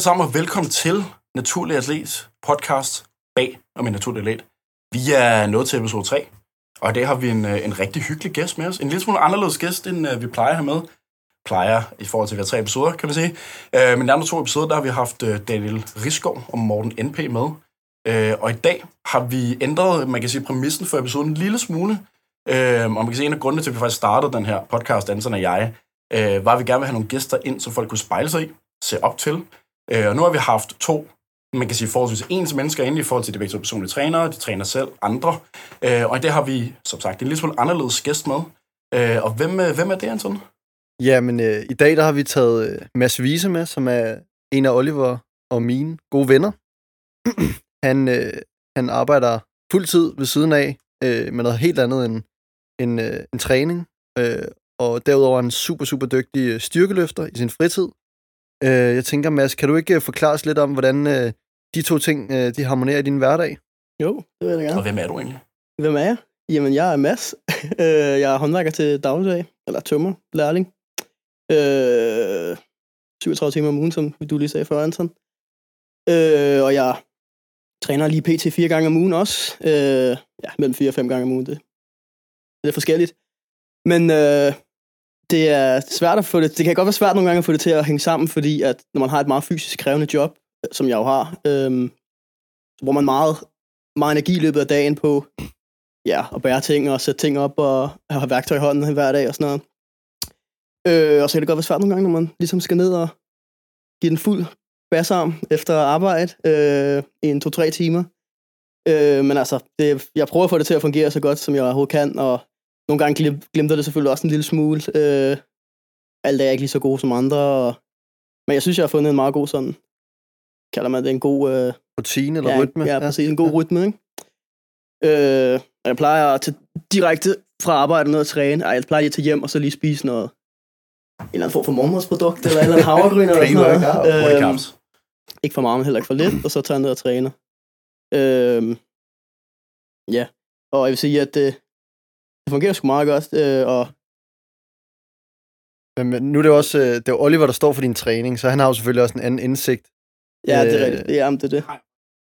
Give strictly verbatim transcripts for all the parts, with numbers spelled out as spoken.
alle sammen, og velkommen til Naturlig Atlet podcast bag om en naturlig atlet. Vi er nået til episode tre, og i dag har vi en, en rigtig hyggelig gæst med os. En lille smule anderledes gæst, end uh, vi plejer at have med. Plejer i forhold til, at vi har tre episoder, kan man sige. Uh, men de andre to episoder, der har vi haft uh, Daniel Risgaard og Morten N P med. Uh, og i dag har vi ændret, man kan sige, præmissen for episoden en lille smule. Uh, og man kan sige, en af grundene til, at vi faktisk startede den her podcast, Anton og jeg, uh, var, at vi gerne vil have nogle gæster ind, som folk kunne spejle sig i, se op til. Uh, og nu har vi haft to, man kan sige, forholdsvis ens mennesker inde i forhold til de begge to personlige trænere, de træner selv, andre. Uh, og i det har vi, som sagt, en lille smule anderledes gæst med. Uh, og hvem, hvem er det, Anton? Jamen, øh, i dag der har vi taget øh, Mads Wiese med, som er en af Oliver og mine gode venner. han, øh, han arbejder fuldtid ved siden af øh, med noget helt andet end, end øh, en træning. Øh, og derudover er han super, super dygtig styrkeløfter i sin fritid. Øh, jeg tænker, Mads, kan du ikke forklare os lidt om, hvordan øh, de to ting øh, de harmonerer i din hverdag? Jo, det vil jeg gerne. Og hvem er du egentlig? Hvem er jeg? Jamen, jeg er Mads. Jeg er håndværker til dagligdag, eller tømmer, lærling. Øh, syvogtredive timer om ugen, som du lige sagde før, Anton. Øh, og jeg træner lige pt. fire gange om ugen også. Øh, ja, mellem fire og fem gange om ugen. Det, det er forskelligt. Men øh, det er svært at få det. Det kan godt være svært nogle gange at få det til at hænge sammen, fordi at når man har et meget fysisk krævende job, som jeg jo har, øh, så bruger man meget, meget energi i løbet af dagen på ja, at bære ting og sætte ting op og have værktøj i hånden hver dag og sådan noget. Øh, og så kan det godt være svært nogle gange, når man ligesom skal ned og give den fuld bassarm efter arbejde øh, i en to-tre timer. Øh, men altså, det, jeg prøver at få det til at fungere så godt, som jeg overhovedet kan, og nogle gange glem, glemter det selvfølgelig også en lille smule. Øh, alt er ikke lige så gode som andre, og, men jeg synes, jeg har fundet en meget god sådan, kalder man det en god... Øh, rutine eller ja, rytme? Ja, præcis, en god ja. rytme, ikke? Øh, jeg plejer at tage direkte fra arbejde ned og træne. Ej, jeg plejer lige at tage hjem og så lige spise noget en eller anden form for morgenmadsprodukt, eller en eller anden havregryn, eller sådan noget. Øhm, ikke for meget, men heller ikke for lidt, og så tager jeg ned og træner. Øhm, ja, og jeg vil sige, at det, det fungerer sgu meget godt, øh, og... Men nu er det jo også, det er Oliver, der står for din træning, så han har jo selvfølgelig også en anden indsigt. Ja, det er rigtigt. Ja, det er det.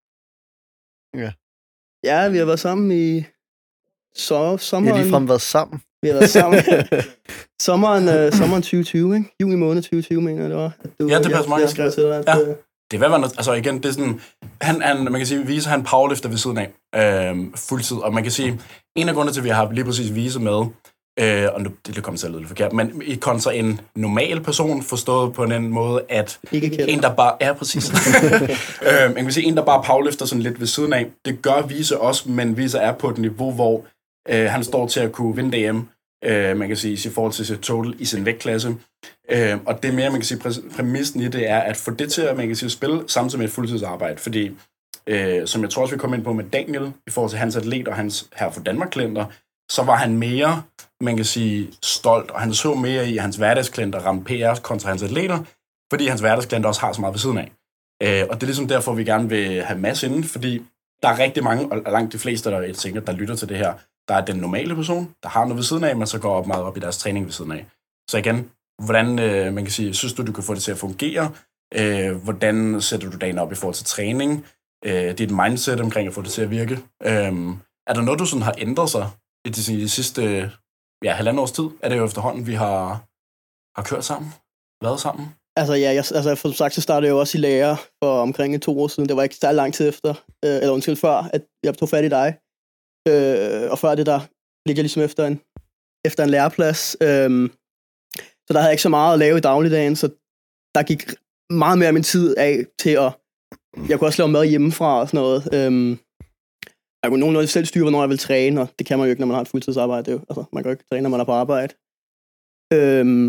Ja. Ja, vi har været sammen i så, sommeren... Vi har ligefrem været sammen. Vi har været sammen. sommeren, uh, sommeren tyve tyve, ikke? Juni måned tyve tyve, mener jeg, det var. Du, ja, det passer meget. Jeg skrev til dig, at, ja. uh... Det er hvad man, altså igen, det er sådan, han, han, man kan sige, Wiese, han powerlifter ved siden af, øh, fuldtid, og man kan sige, en af grundene til, at vi har lige præcis Wiese med, øh, og nu, det kommer til at lyde lidt forkert, men i kontra en normal person, forstået på en måde, at en, der bare, er præcis, øh, man kan sige, en, der bare powerlifter sådan lidt ved siden af, det gør Wiese også, men Wiese er på et niveau, hvor øh, han står til at kunne vinde D M, øh, man kan sige, i forhold til sit total i sin vægtklasse. Øh, og det mere, man kan sige, præ- præmissen i det er, at få det til at, man kan sige, spille samtidig med et fuldtidsarbejde, fordi, øh, som jeg tror også, vi kom ind på med Daniel, i forhold til hans atlet og hans her for Danmark-klienter, så var han mere, man kan sige, stolt, og han så mere i hans hverdagsklienter ramme P R kontra hans atleter, fordi hans hverdagsklienter også har så meget ved siden af. Øh, og det er ligesom derfor, vi gerne vil have Mads inden, fordi der er rigtig mange, og langt de fleste, der, jeg tænker, der lytter til det her, der er den normale person, der har noget ved siden af, men så går op meget op i deres træning ved siden af. Så igen, hvordan, øh, man kan sige, synes du, du kan få det til at fungere? Øh, hvordan sætter du dagen op i forhold til træning? Øh, dit mindset omkring at få det til at virke. Øh, er der noget, du sådan har ændret sig i de, i de sidste ja, halvandet års tid? Er det jo efterhånden, vi har, har kørt sammen? Været sammen? Altså ja, jeg, altså som sagt, så startede jeg jo også i lære for omkring to år siden. Det var ikke så lang tid efter, øh, eller undskyld før, at jeg tog fat i dig. Øh, og før det, der ligger ligesom efter en, efter en læreplads. Øh, Så der havde jeg ikke så meget at lave i dagligdagen, så der gik meget mere af min tid af til at... Jeg kunne også lave mad hjemmefra og sådan noget. Øhm, jeg kunne nogenlunde selv styre, hvornår jeg vil træne, og det kan man jo ikke, når man har et fuldtidsarbejde. Det er jo, altså, man kan jo ikke træne, når man er på arbejde. Øhm,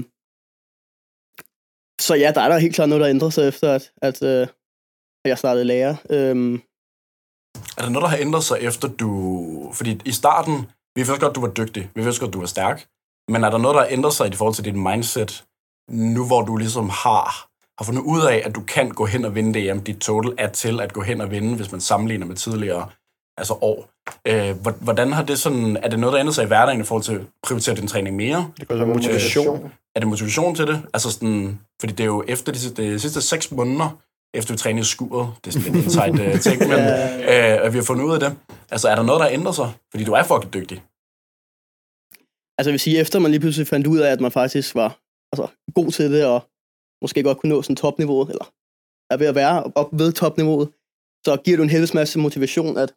så ja, der er der helt klart noget, der ændrer sig efter, at, at, øh, at jeg startede lære. Øhm, er der noget, der har ændret sig efter du... Fordi i starten, vi vidste godt, du var dygtig. Vi vidste godt, du var stærk. Men er der noget, der ændrer sig i forhold til dit mindset, nu hvor du ligesom har, har fundet ud af, at du kan gå hen og vinde D M, dit total er til at gå hen og vinde, hvis man sammenligner med tidligere altså år. Øh, hvordan har det sådan, er det noget, der ændrer sig i hverdagen i forhold til at prioritere din træning mere? Det kan være motivation. Er det motivation til det? Altså sådan, fordi det er jo efter de, de sidste seks måneder, efter vi trænede i skuret. Det er sådan lidt insight uh, ting, men uh, vi har fundet ud af det. Altså, er der noget, der ændrer sig? Fordi du er fucking dygtig. Altså, jeg vil sige, efter man lige pludselig fandt ud af, at man faktisk var altså, god til det, og måske godt kunne nå sådan topniveauet, eller er ved at være op ved topniveauet, så giver du en helvedes masse motivation at,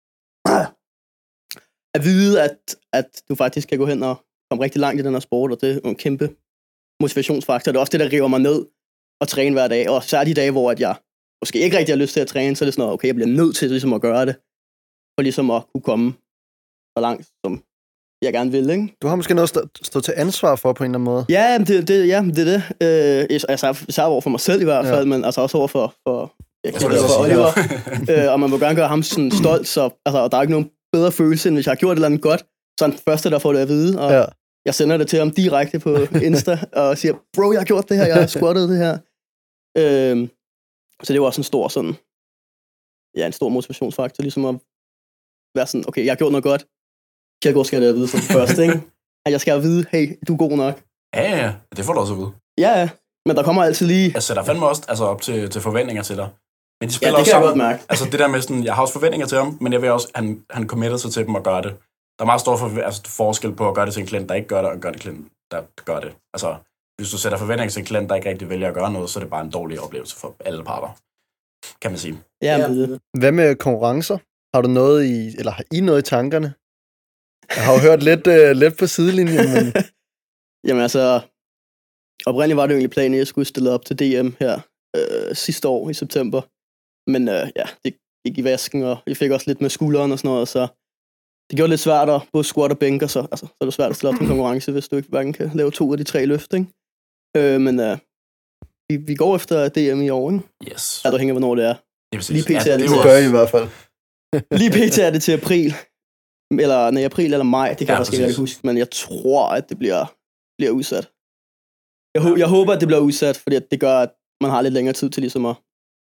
at vide, at, at du faktisk kan gå hen og komme rigtig langt i den her sport, og det er en kæmpe motivationsfaktor. Det er også det, der river mig ned og træne hver dag. Og så er de dage, hvor at jeg måske ikke rigtig har lyst til at træne, så er det sådan noget, okay, jeg bliver nødt til ligesom at gøre det, for ligesom at kunne komme så langt, som jeg gerne vil, ikke? Du har måske noget at stå til ansvar for på en eller anden måde. Ja, det, det, ja, det er det. Øh, altså, især over for mig selv i hvert fald, ja. Men altså også over for, for, jeg jeg kan det, for Oliver. øh, og man må gerne gøre ham sådan stolt, så altså, og der er ikke nogen bedre følelse, end hvis jeg har gjort et eller andet godt, så er den første, der får det at vide, og ja. Jeg sender det til ham direkte på Insta, og siger, bro, jeg har gjort det her, jeg har squattet det her. Øh, så det var også en stor sådan, ja, en stor motivationsfaktor, ligesom at være sådan, okay, jeg har gjort noget godt, jeg går skal det at vide som først, ikke? At jeg skal vide, hey, du er god nok. Ja, ja, det får du også at vide. Ja, ja, men der kommer altid lige... Jeg sætter fandme også altså, op til, til forventninger til dig. Men de spiller ja, det også kan sammen. jeg godt mærke. Altså det der med sådan, jeg har også forventninger til ham, men jeg vil også, han, han committer sig til dem og gør det. Der er meget stor for, altså, forskel på at gøre det til en klient, der ikke gør det, og gøre det til en klient, der gør det. Altså, hvis du sætter forventninger til en klient, der ikke rigtig vælger at gøre noget, så er det bare en dårlig oplevelse for alle parter, kan man sige. Ja, men... Hvad med konkurrencer? Har du noget i, eller har I noget i tankerne? Jeg har jo hørt lidt, uh, lidt på sidelinjen, men... Jamen altså, oprindeligt var det jo egentlig planen, at jeg skulle stille op til D M her øh, sidste år i september. Men øh, ja, det gik i vasken, og jeg fik også lidt med skulderen og sådan noget, så det gjorde lidt svært at både squat og bænke, så, altså, så er det svært at stille op til en konkurrence, hvis du ikke hverken kan lave to af de tre løft, ikke? Øh, men øh, vi, vi går efter D M i år, ikke? Yes. Ja, du hænger, hvornår det er. Det er Lige pt. Ja, er det, det det gør I i hvert fald. Lige pt. Er det til april. Eller nej, april eller maj, det kan ja, jeg måske ikke huske, men jeg tror, at det bliver, bliver udsat. Jeg, ho- jeg håber, at det bliver udsat, fordi det gør, at man har lidt længere tid til ligesom at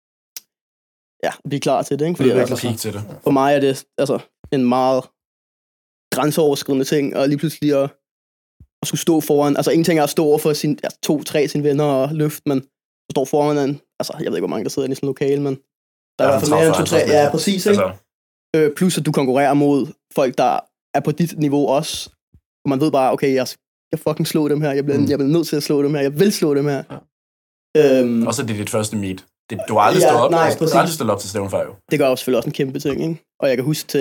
ja, blive klar til det, ikke? Fordi, altså, til det. For mig er det altså en meget grænseoverskridende ting, og lige pludselig at, at skulle stå foran, altså en ting er at stå over for sin, altså, to, tre sine venner og løft, men at stå foran en, altså jeg ved ikke, hvor mange der sidder i sådan en lokale, men der er i hvert fald mere end to, tre, ja, præcis, ikke? Altså. Øh, plus at du konkurrerer mod folk, der er på dit niveau også, og man ved bare, okay, jeg skal fucking slå dem her, jeg bliver, mm. jeg bliver nødt til at slå dem her, jeg vil slå dem her. Ja. Øhm, også det er dit første meet. Det, du har aldrig ja, stået op, nej, du har aldrig stået op til stævn før jo. Det gør jo selvfølgelig også en kæmpe ting, ikke? Og jeg kan huske til,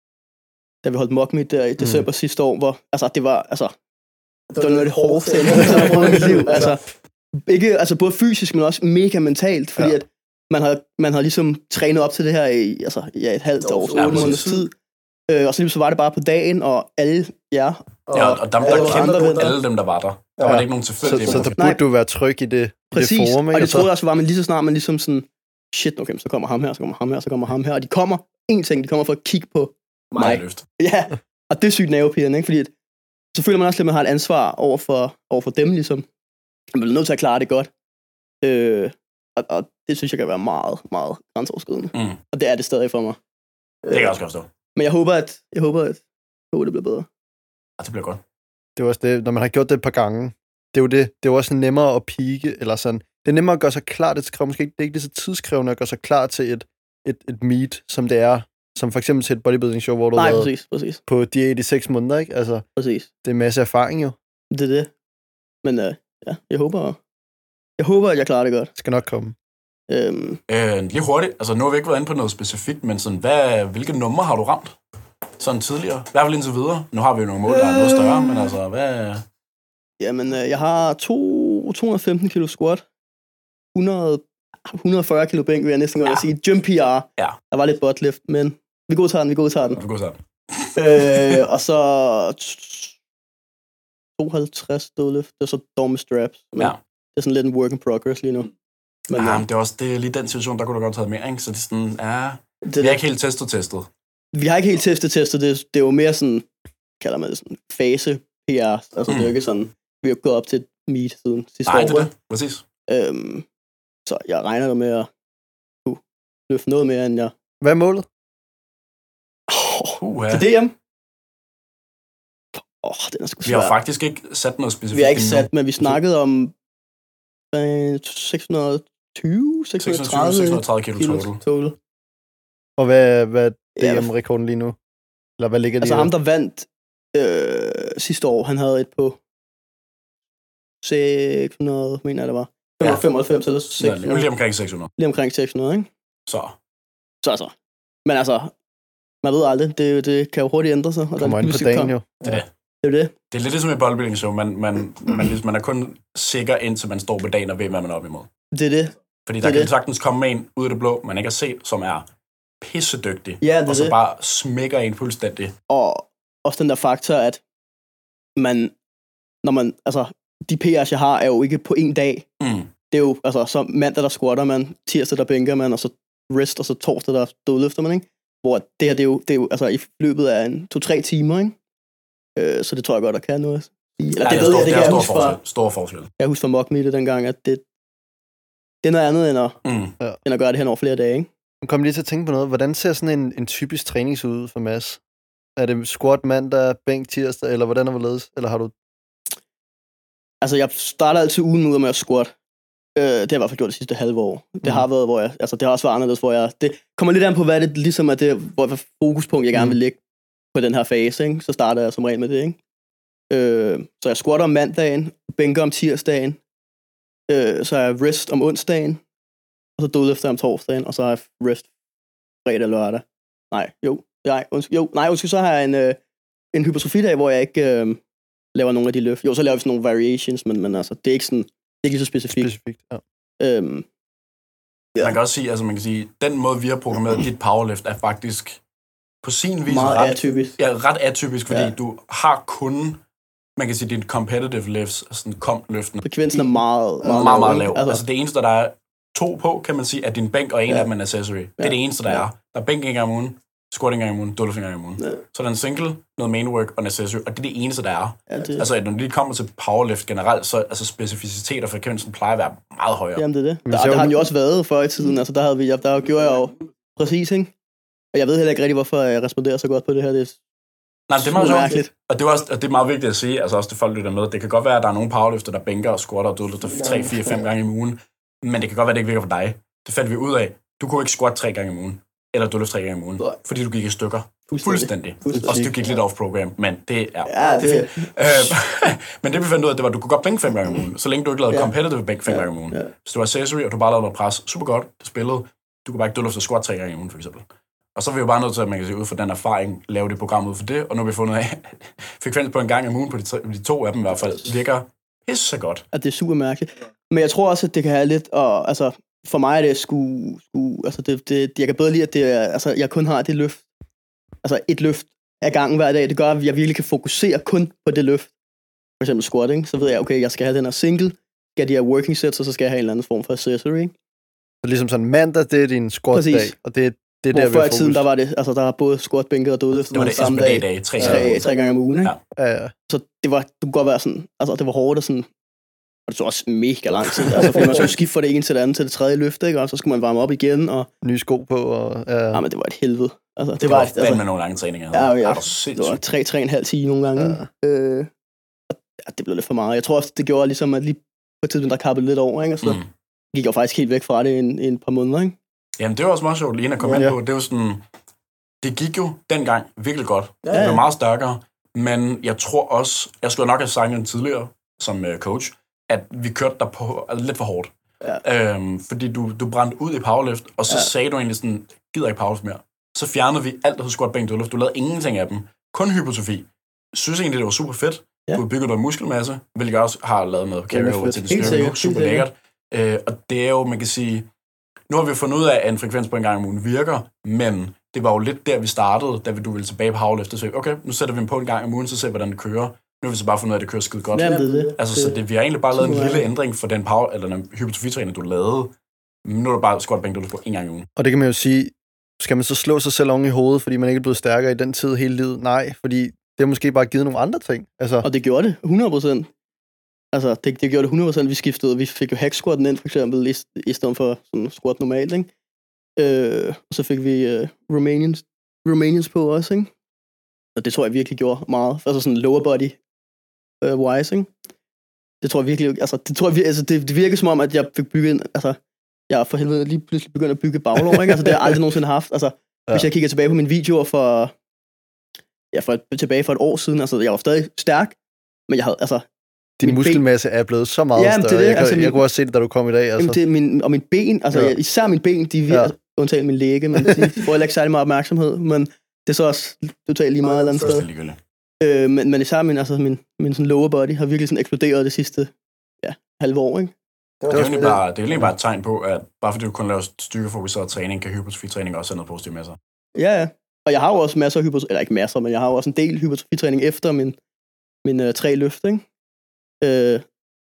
da vi holdt mock meet der i december mm. sidste år, hvor, altså det var, altså, det var noget af det hårdeste, jeg har prøvet i mit liv, altså, ikke, altså både fysisk, men også mega mentalt, fordi ja. at man har, man har ligesom trænet op til det her i, altså, ja, et halvt år, så otte måneders tid. Øh, og så lige så var det bare på dagen, og alle jer. Og ja, og dem, der kendte alle dem, der var der. Der ja. var det ikke nogen tilfældige. Så, så der burde Nej. du være tryg i det, Præcis. i det forum, ikke? Og det troede jeg også, var man lige så snart, man ligesom sådan, shit, okay, så kommer ham her, så kommer ham her, så kommer ham her. Og de kommer, en ting, de kommer for at kigge på mig. Løft. Ja, og det er sygt nervepirrende, ikke? Fordi at, så føler man også, at man har et ansvar over for, over for dem, ligesom. Man bliver nødt til at klare det godt. Øh, og, og det synes jeg kan være meget, meget grænseoverskridende. Mm. Og det er det stadig for mig. Det kan jeg også godt forstå. Men jeg håber, at, jeg håber, at, jeg håber, det bliver bedre. Ja, det bliver godt. Det er også det, når man har gjort det et par gange. Det er jo det. Det er jo også nemmere at pike, eller sådan. Det er nemmere at gøre sig klar. Det kræver måske ikke, det er ikke lige så tidskrævende at gøre sig klar til et, et, et meet, som det er. Som for eksempel til et bodybuilding show, hvor du Nej, har præcis, præcis. på diæt i seks måneder, ikke? Altså, præcis. Det er en masse erfaring jo. Det er det. Men uh, ja, jeg håber, jeg håber, at jeg klarer det godt. Det skal nok komme. Øhm. Øh, lige hurtigt, altså nu har vi ikke været inde på noget specifikt, men sådan, hvad, hvilke numre har du ramt? Sådan tidligere? I hvert fald indtil videre. Nu har vi jo nogle mål, der er noget større, men altså, hvad... Jamen, øh, jeg har to, to hundrede og femten kilo squat, hundrede, et hundrede og fyrre kilo bænk, vil jeg næsten godt ja. sige. Gym P R. Ja. Der var lidt butt lift, men vi godtager den, vi godtager den. Vi godtager den. øh, og så tooghalvtreds dødlift, det er så dorme straps. Men ja. Det er sådan lidt en work in progress lige nu. Men, ja, men det er også det er lige den situation, der kunne du godt have mere, ikke? Så det er sådan, ja, det, vi har ikke helt testet testet. Vi har ikke helt testet testet, det, det er jo mere sådan, kalder man det sådan, fase P R. Altså mm. det er jo ikke sådan, vi har gået op til et meet siden sidste Nej, år. Nej, det er det, præcis. Øhm, så jeg regner med at kunne løfte noget mere, end jeg... Hvad er målet? Oh, uh, til D M? Åh, oh, den er sgu svær. Vi har faktisk ikke sat noget specifikt. Vi har ikke sat, men vi snakkede om øh, seks hundrede tyve, seks hundrede og tredive, seks hundrede og tredive kilo total. total. Og hvad, hvad er Ja. D M-rekorden lige nu? Eller hvad ligger det Altså i? ham, der vandt øh, sidste år, han havde et på seks hundrede, mener jeg det var. fem hundrede og femoghalvfems eller seks hundrede. Ja, lige omkring seks hundrede. Lige omkring seks hundrede, ikke? Så. Så altså. Men altså, man ved aldrig. Det, det kan jo hurtigt ændre sig. Og Kommer der ind på pludselig dagen kom- jo. Det er det. Det er jo det. Det er lidt ligesom i boldbuilding-show. Man, man, man, man er kun sikker, indtil man står på dagen og ved, hvad man er op imod. Det er det. Fordi Det der er kan det. sagtens komme med en ud af det blå, man ikke har set, som er pissedygtig. Ja, det er og så det. bare smækker en fuldstændig. Og også den der faktor, at man, når man, altså, de P R's, jeg har, er jo ikke på en dag. Mm. Det er jo, altså, så mandag, der squatter man, tirsdag, der bænker man, og så wrist, og så torsdag, der dødløfter man, ikke? Hvor det her, det er jo, det er jo altså, i løbet af en to-tre timer, ikke? Øh, så det tror jeg godt, der kan noget. Eller, Ja, det, det, ved er stor, jeg, det det kan er jeg stor huske fra, forskel. Stor forskel. jeg husker fra Mock Meet dengang, at det, det er noget andet, end at, Mm. end at gøre det hen over flere dage, ikke? Nu kommer lige til at tænke på noget. Hvordan ser sådan en, en typisk træningsuge ud for Mads? Er det squat mandag, bænk tirsdag, eller hvordan er det hvorledes? Eller har du... Altså, jeg starter altid ugen ud med at squat. Øh, det har jeg i hvert fald gjort det sidste halve år. Det Mm. har været, hvor jeg... Altså, det har også været anderledes, hvor jeg... Det kommer lidt an på, hvad det ligesom er det, hvor hvad fokuspunkt jeg gerne vil lægge på den her fase, ikke? Så starter jeg som regel med det, ikke? Øh, så jeg squatter om mandagen, bænker om tirsdagen, øh, så har jeg rest om onsdagen, og så dødløfter om torsdagen, og så har jeg rest fredag og lørdag. Nej, jo. Nej, undskyld, jo, nej, undskyld, så har jeg en, øh, en hypertrofidag, hvor jeg ikke øh, laver nogle af de løft. Jo, så laver vi sådan nogle variations, men, men altså, det er ikke sådan, det er ikke lige så specifikt. Specifikt, ja. Øhm, Ja. Man kan også sige, altså man kan sige, den måde, vi har programmeret dit powerlift, er faktisk på sin vis meget ret, atypisk. ja, ret atypisk, fordi Ja. du har kun, man kan sige, dine competitive lifts, sådan komp-løftene, Frekvensen er meget, meget, meget, meget ikke? lav. Altså, altså det eneste, der er to på, kan man sige, er din bænk, og en Ja. af dem er en accessory. Det er Ja. det eneste, der Ja. er. Der er bænk en gang om ugen, squat en gang om ugen, dødløft en gang om ugen. Ja. Så der er en single, noget main work og en accessory, og det er det eneste, der er. Ja, det, Altså, når det kommer til powerlift generelt, så altså specificitet og frekvensen plejer at være meget højere. jamen, det er det. Men Der, så er der jo- har den jo også været før i tiden. Altså, der, havde vi, der gjorde jeg jo præcis, ikke? Og jeg ved heller ikke rigtig, hvorfor jeg responderer så godt på det her. Det er Nej, det er meget super sjovt. mærkeligt. Og det er, også, og det er meget vigtigt at sige, altså også til folk, der lytter med. Det kan godt være, at der er nogle powerlifter, der bænker og squatter og dødløfter tre, fire, fem gange om ugen. Men det kan godt være, at det ikke virker for dig. Det fandt vi ud af. Du kunne ikke squat tre gange om ugen. Eller dødløfte tre gange om ugen. Nej. Fordi du gik i stykker. Fuldstændig. Fuldstændig. Fuldstændig. Også du gik lidt off-program, men det er... Ja, det er Øh, men det vi fandt ud af, det var, at du kunne godt bænke fem gange om ugen. Så længe du ikke lavede Ja. competitive bænk fem Ja. gange om ugen. Ja. Hvis du var accessory, og du bare lavede noget pres, super godt, det spillede. Du kunne bare ikke dødløfte og squat tre gange om ugen, for eksempel. Og så er vi jo bare nødt til, at man kan sige, ud fra den erfaring, lave det program ud for det, og nu har vi fundet af, at frekvens på en gang om ugen på de, tre, de to af dem i hvert fald, virker pisse godt. at det er super mærkeligt. Men jeg tror også, at det kan have lidt, og altså, for mig er det sgu, sgu altså, det, det, jeg kan bedre lide, at det er, altså, jeg kun har det løft, altså et løft af gangen hver dag. Det gør, at jeg virkelig kan fokusere kun på det løft. For eksempel squatting, så ved jeg, okay, jeg skal have den her single, skal have de her working sets, og så skal jeg have en eller anden form for accessory, ikke? Så ligesom sådan mandag, det er din squat-dag, Præcis. og det, det er Hvor der, vi før har i tiden, fokus. der var det, altså der var både squat, bænket og dødløft Det var det samme S P dag, D-dage, tre tre, gange. tre gange om ugen, ikke? Ja. Ja, ja. Så det var, det kunne godt være sådan, altså det var hårdt og sådan, og det tog også mega lang tid, altså fordi man skulle skifte fra det ene til det andet til det tredje løft, ikke? Og så skulle man varme op igen, og Nye sko på, og... Ja. ja, men det var et helvede. Altså, det, Det var, var altså, fandme nogle lange træninger. Ja, ja. Er du det var sindssygt? tre, tre og en halv time nogle gange. Ja. Ja. Øh, ja, det blev lidt for meget. Jeg tror også, det gjorde ligesom, at lige på et tidspunkt, der kappede lidt over, ikke? Og så Mm. gik jeg faktisk helt væk fra det i en, en par måneder, ikke? Jamen, det var også meget sjovt lige at komme Ja. ind på. Det var sådan, det gik jo dengang virkelig godt. Ja, Det ja. blev meget stærkere, men jeg tror også, jeg skulle nok have sagt den tidligere som uh, coach, at vi kørte der på altså lidt for hårdt. Ja. Øhm, fordi du, du brændte ud i powerlift, og så Ja. sagde du egentlig sådan, gider ikke powerlift mere. Så fjernede vi alt, der hed squat, bænk, dødløft. Du lavede ingenting af dem. Kun hypotrofi. Synes egentlig, det var super fedt. Ja. Du har bygget noget muskelmasse, hvilket jeg også har lavet noget Det er carry over fedt. til det Helt styrke nu. sikkert, Super helt lækkert. Øh, og det er jo, man kan sige, nu har vi fundet ud af, at en frekvens på en gang om ugen virker, men det var jo lidt der, vi startede, da du ville tilbage på powerlift, og så okay, nu sætter vi dem på en gang om ugen, så ser vi, hvordan det kører. Nu har vi så bare fundet ud af, at det kører skide godt. Jamen, det er det. Altså, så det, vi har egentlig bare lavet en super lille mærkeligt. ændring for den power, eller den hypertrofitræning, du lavede. Nu er der bare squat, bænk, dødløft på en gang i ugen. Og det kan man jo sige, skal man så slå sig selv oven i hovedet, fordi man ikke er blevet stærkere i den tid hele livet? Nej, fordi det har måske bare givet nogle andre ting. Altså, Og det gjorde det, hundrede procent. Altså, det, det gjorde det hundrede procent, vi skiftede. Vi fik jo hack squatten ind, for eksempel, i, i stedet for sådan squat normalt, ikke? Øh, og så fik vi øh, Romanians, Romanians på også, ikke? Og det tror jeg virkelig gjorde meget. Altså sådan lower body øh, wise, ikke? Det tror jeg virkelig, altså, det tror jeg, vir- altså, det, det virker som om, at jeg fik bygget en, altså, jeg er for helvede lige pludselig begyndt at bygge baglår, ikke? Altså, det har jeg aldrig nogensinde haft. Altså, ja. Hvis jeg kigger tilbage på mine videoer for, ja, for tilbage for et år siden, altså, jeg var stadig stærk, men jeg havde, altså... Din muskelmasse ben... er blevet så meget ja, større. Det, jeg, altså, jeg, jeg kunne også se det, da du kom i dag. Altså. Jamen, det, min, og mine ben, altså ja. især mine ben, de virker, ja. undtaget min læge, men de får heller ikke særlig meget opmærksomhed, men det er så også totalt lige meget et eller andet sted. Øh, men, men især min, altså, min, min sådan lower body har virkelig sådan eksploderet det sidste ja, halve år, ikke? Det er jo bare, det er egentlig bare et tegn på, at bare fordi du kun laver styrkefokuseret træning, kan hypertrofitræning også have noget positivt med sig. Ja, ja. Og jeg har jo også masser af hypertrofi, eller ikke masser, men jeg har jo også en del hypertrofitræning efter min, min uh, tre løft, ikke? Øh,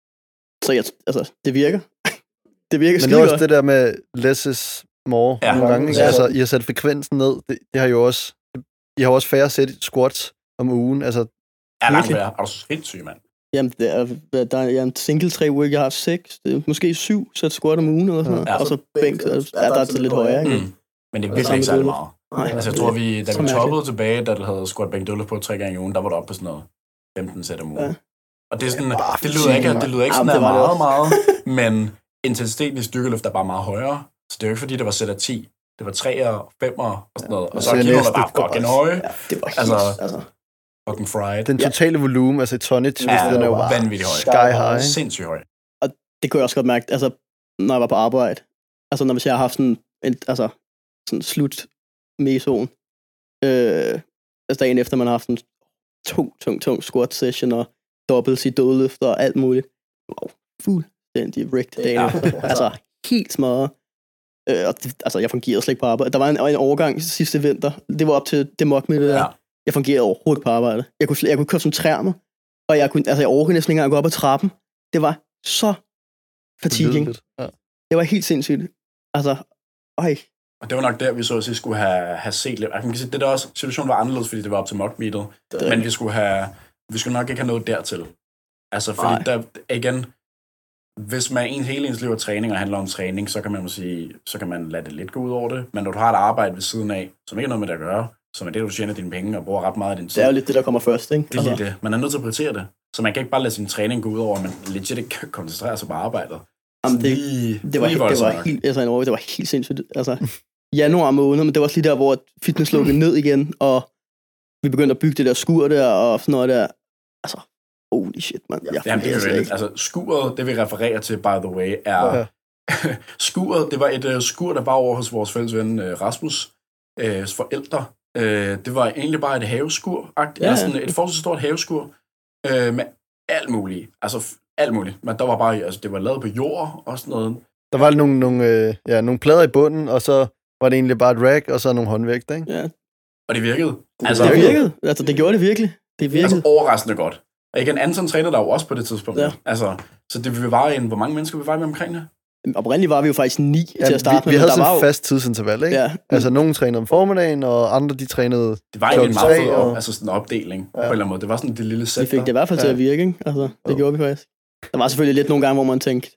så jeg, altså, det virker. det virker Men det er også det der med less is more ja. nogle gange, ikke? Ja. Altså, I har sat frekvensen ned, det, det har jo også, I har også færre sæt squats om ugen, altså... Ja, langt færre. Er du sindssyg, mand? Jamen, det er, der er en single tre uger, jeg har seks, det er måske syv sæt squat om ugen, eller sådan noget. Ja. Og så bænk, er der er til lidt højere, ikke? Mm. Men det er virkelig ikke særlig meget. Nej, altså, jeg tror, vi, da vi toppede tilbage, da du havde squat bænk dødløft på tre gange i ugen, der var du oppe på sådan noget femten sæt om ugen. Ja. Og det er sådan, det lyder ikke, det lyder ikke sådan Jamen, meget, meget, men intensiteten i styrkeløft er bare meget højere. Så det er jo ikke, fordi det var sæt af ti. Det var treer, femmer og sådan noget. Og så er kiloene bare fucking høje. Ja, det var helt, altså, altså, fucking fried. Den totale volumen, altså tonnage, ja, den er jo vanvittigt høj. Sky high. Sindssygt høj. Og det kunne jeg også godt mærke, altså, når jeg var på arbejde. Altså, når jeg har haft sådan en, altså, sådan slut mesoen. Øh, altså, dagen efter, man har haft en tung, tung, tung squat session, og dobbelt i dødløft og alt muligt. Wow, fuldstændig rigged dagen ja. efter. Altså, helt smadret. Øh, og det, altså, jeg fungerede slet ikke på arbejde. Der var en, en overgang sidste vinter. Det var op til det mok med det der. Ja. Jeg fungerede overhovedet ikke på arbejde. Jeg kunne, jeg kunne koncentrere mig. Og jeg kunne, altså, jeg overgik næsten ikke engang at gå op ad trappen. Det var så fatiguing. Ja. Det var helt sindssygt. Altså, øj. Og det var nok der, vi så at vi skulle have, have set lidt. Jeg kan sige, det der også, situationen var anderledes, fordi det var op til mock meetet. Men vi skulle have, vi skulle nok ikke have noget dertil. Altså, fordi Nej. der, igen, hvis man en hele ens liv af træning og handler om træning, så kan man sige, så kan man lade det lidt gå ud over det. Men når du har et arbejde ved siden af, som ikke har noget med det at gøre, som er det, du tjener dine penge og bruger ret meget af din tid. Det er jo lidt det, der kommer først, ikke? Det er lige altså. det. Man er nødt til at prioritere det. Så man kan ikke bare lade sin træning gå ud over, men legit ikke koncentrere sig på arbejdet. Jamen, det, lige, det, var, det, var helt, altså, en år, det var helt sindssygt. Altså, januar måned, men det var også lige der, hvor fitness lukkede ned igen, og vi begyndte at bygge det der skur der, og sådan noget der. Altså, holy shit, man. Jeg Jamen, det er jo ikke. Altså, skuret, det vi refererer til, by the way, er... Okay. skuret, det var et uh, skur, der var over hos vores fælles ven uh, Rasmus' uh, forældre. Uh, det var egentlig bare et haveskur, ja, sådan et forholdsvis stort haveskur, uh, med alt muligt. Altså, alt muligt. Men der var bare, altså, det var lavet på jord og sådan noget. Der var nogle, nogle, øh, ja, nogle plader i bunden, og så var det egentlig bare et rack, og så nogle håndvægte, ikke? Ja. Og det virkede. Altså, det virkede. Altså, det gjorde det virkelig. Det virkede. Altså, overraskende godt. Og igen, Anton trænede der jo også på det tidspunkt. Ja. Altså, så det vi var en, hvor mange mennesker vi var med omkring det? Oprindeligt var vi jo faktisk ni ja, til at starte vi, med. Vi havde sådan et jo... fast tidsinterval, ikke? Ja. Altså, nogen trænede om formiddagen, og andre, de trænede det var egentlig en meget fed og... altså sådan en opdeling, ja. på en eller anden måde. Det var sådan det lille sæt. Vi fik det i hvert fald til ja. at virke, ikke? Altså, det jo. gjorde vi faktisk. Der var selvfølgelig lidt nogle gange, hvor man tænkte,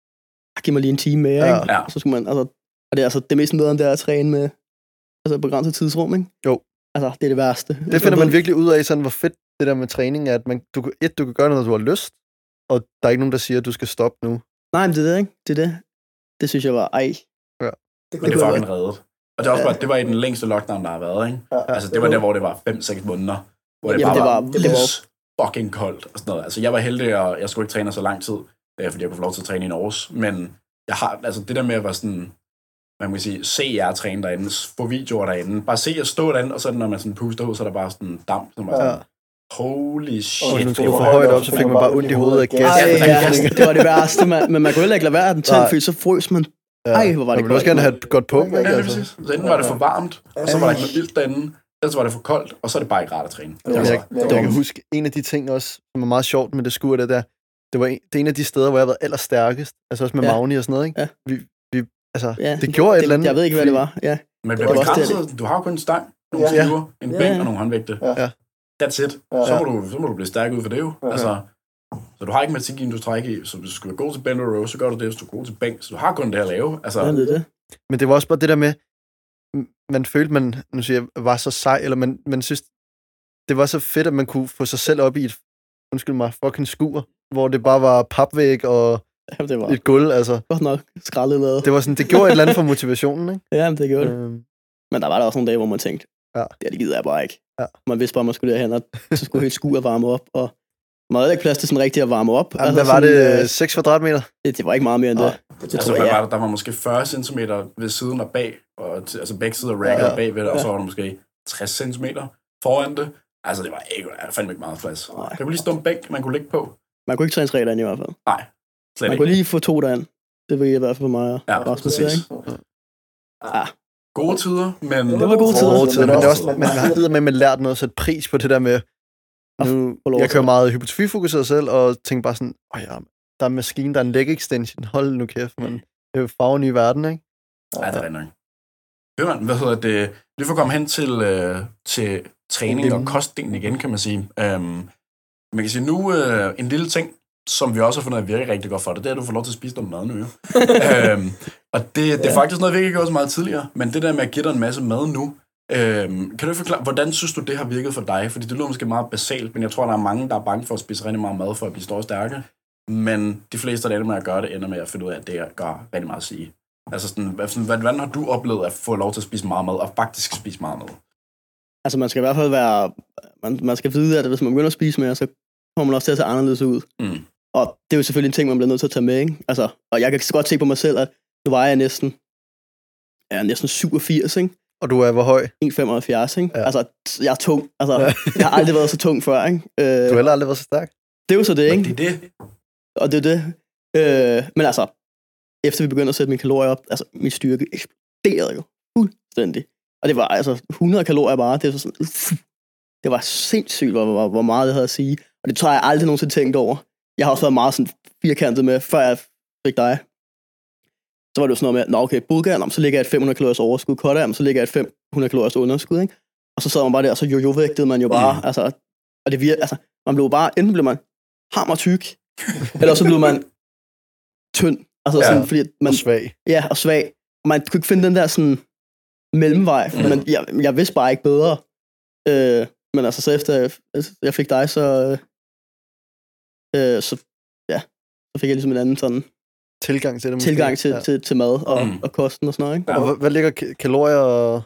giv mig lige en time mere, ja. ikke? Ja. Så skulle man, altså, og det er altså det mest nederen, der er at træne med altså begrænset tidsrum, ikke? Jo. Altså, det er det værste. Det finder man virkelig ud af, sådan hvor fedt det der med træning er, at man, du, et, du kan gøre noget, du har lyst, og der er ikke nogen, der siger, at du skal stoppe nu. Nej, men det er det, ikke? Det er det. Det synes jeg var, ej. Ja. Det kunne det var fucking reddet. Og det, er også ja. bare, det var i den længste lockdown, der har været, ikke? Ja. Altså, det var der, hvor det var fem seks måneder, hvor det Jamen, bare det var, var, det var fucking koldt og sådan noget. Altså, jeg var heldig, og jeg skulle ikke træne så lang tid, fordi jeg kunne få lov til at træne i Norge. Men jeg har, altså, det der med at være sådan, man kan sige, se jer træne derinde, få videoer derinde, bare se jer stå derinde, og så når man sådan puster ud, så er der bare sådan damp, så man sådan, ja. Holy shit. Og hvis man for højt op, så fik man bare ondt i hovedet af gas. Ja, det var det værste, man, men man kunne heller ikke lade være den tændt, fordi så frøs man. Ej, hvor var det godt. Man ville også gerne have et godt pump, ikke? Ja, præcis. Så enten var det for varmt, og så var der ikke noget ilt derinde, ellers var det for koldt, og så er det bare ikke rart at træne. Ja, jeg, jeg, jeg kan huske, en af de ting også, som var meget sjovt med det skur, det der, det var en, det er en af de steder, hvor jeg har været allerstærkest, altså også med ja. Magni og sådan noget, ikke? Ja. Vi, vi, altså, ja, det gjorde det, et eller andet. Jeg ved ikke, hvad det var, ja. Men det begrænset, du har jo kun en stang, nogle ja. skiver, en bænk ja. og nogle håndvægte. Ja. That's it. Ja. Så, må du, så må du blive stærk ud for det jo. Ja. Altså, så du har ikke matematik, du trækker i, så hvis du skal gå til bend row, så gør du det, hvis du går til bænk, så du har kun det at lave. Altså, ja, det er det. Men det var også bare det der med, man følte, man nu siger jeg, var så sej, eller man, man synes, det var så fedt, at man kunne få sig selv op i et, undskyld mig, fucking skur, hvor det bare var papvæg og Jamen, det var et gulv, altså. godt nok skrællet lavet. Det var sådan, det gjorde et eller andet for motivationen, ikke? Ja, men det gjorde det. Øhm, Men der var der også nogle dage, hvor man tænkte, Ja. det, det gider jeg bare ikke. Ja. Man vidste bare, at man skulle derhen, og så skulle helt skue at varme op, og man havde ikke plads til sådan rigtigt at varme op. Jamen, hvad var sådan, det? seks kvadratmeter? Det, det var ikke meget mere end det. Nej. Det Altså, tror hvad jeg, var der? Der var måske fyrre centimeter ved siden og bag, og t- altså begge sider racket Ja. bagved, og Ja. så var der måske tres centimeter foran det. Altså, det var ikke, der var fandme ikke meget plads. Nej. Der kunne lige stå en bænk, man kunne ligge på. Man kunne ikke træne tre derinde i hvert fald. Nej, slet Man ikke. kunne lige få to derinde. Det vil jeg i hvert fald for mig. Ja, Rasmus, præcis. ikke? Ja. Gode tider, men... Det var gode tider. Gode tider, men det er også, man har givet med, man lært noget at sætte pris på det der med, nu, få lov jeg til kører det. meget hypotrofifokuseret selv, og tænker bare sådan, åh ja, der er en maskine, der er en leg extension, hold nu kæft, man. Det er jo farven i verden, ikke? Ja, det er rigtig nok. Hør man, hvad hedder det? Lige for at komme hen til, øh, til træning og kostdelen igen, kan man sige. Øhm, man kan sige nu, øh, en lille ting, som vi også har fundet at virke rigtig godt for dig, det er, at du får lov til at spise noget mad nu. Jo. øhm, og det, det er faktisk noget, vi ikke har gjort så meget tidligere, men det der med at give dig en masse mad nu, øhm, kan du forklare, hvordan synes du, det har virket for dig? Fordi det lyder måske meget basalt, men jeg tror, der er mange, der er bange for at spise rigtig meget mad for at blive store og stærke. Men de fleste, der ender med at gøre det, ender med at finde ud af, at det gør rigtig meget at sige. Altså sådan, hvad, hvordan har du oplevet at få lov til at spise meget mad, og faktisk spise meget mad? Altså, man skal i hvert fald være... Man, man skal vide, at hvis man begynder at spise mere, så kommer man også til at se anderledes ud. Mm. Og det er jo selvfølgelig en ting, man bliver nødt til at tage med, ikke? Altså, og jeg kan godt se på mig selv, at nu vejer jeg næsten... Jeg er næsten syvogfirs, ikke? Og du er hvor høj? en komma femoghalvfjerds, ikke? Ja. Altså, jeg er tung. Altså, jeg har aldrig været så tung før, ikke? Øh, Du har heller aldrig været så stærk. det er jo så det, ikke? Det er det. Og det er det. Øh, men altså, efter vi begyndte at sætte mine kalorier op, altså, min styrke eksploderede jo fuldstændig. Og det var altså hundrede kalorier bare. Det var, sådan, det var sindssygt, hvor, hvor, hvor meget jeg havde at sige. Og det tror jeg aldrig nogensinde tænkt over. Jeg har også været meget sådan firkantet med, før jeg fik dig. Så var det jo sådan noget med, nå okay, bulgaren, så ligger jeg et fem hundrede kaloriers overskud. Kotter, så ligger jeg et fem hundrede kaloriers underskud, ikke? Og så sad man bare der, og så jojo-vægtede man jo bare. Mm. Altså, og det virker, altså, man blev bare, enten blev man hammertyk, eller så blev man tynd. Altså Ja. sådan, fordi man... Og svag. Ja, og svag. Og man kunne ikke finde den der sådan mellemvej, Mm. men jeg, jeg vidste bare ikke bedre. Øh, men altså, så efter jeg, jeg fik dig, så, øh, så, ja, så fik jeg ligesom en anden sådan Tilgang til det. måske. tilgang til, Ja. til, til mad og, Mm. og kosten og sådan noget, ikke? Og hvad, hvad ligger ka- kalorier og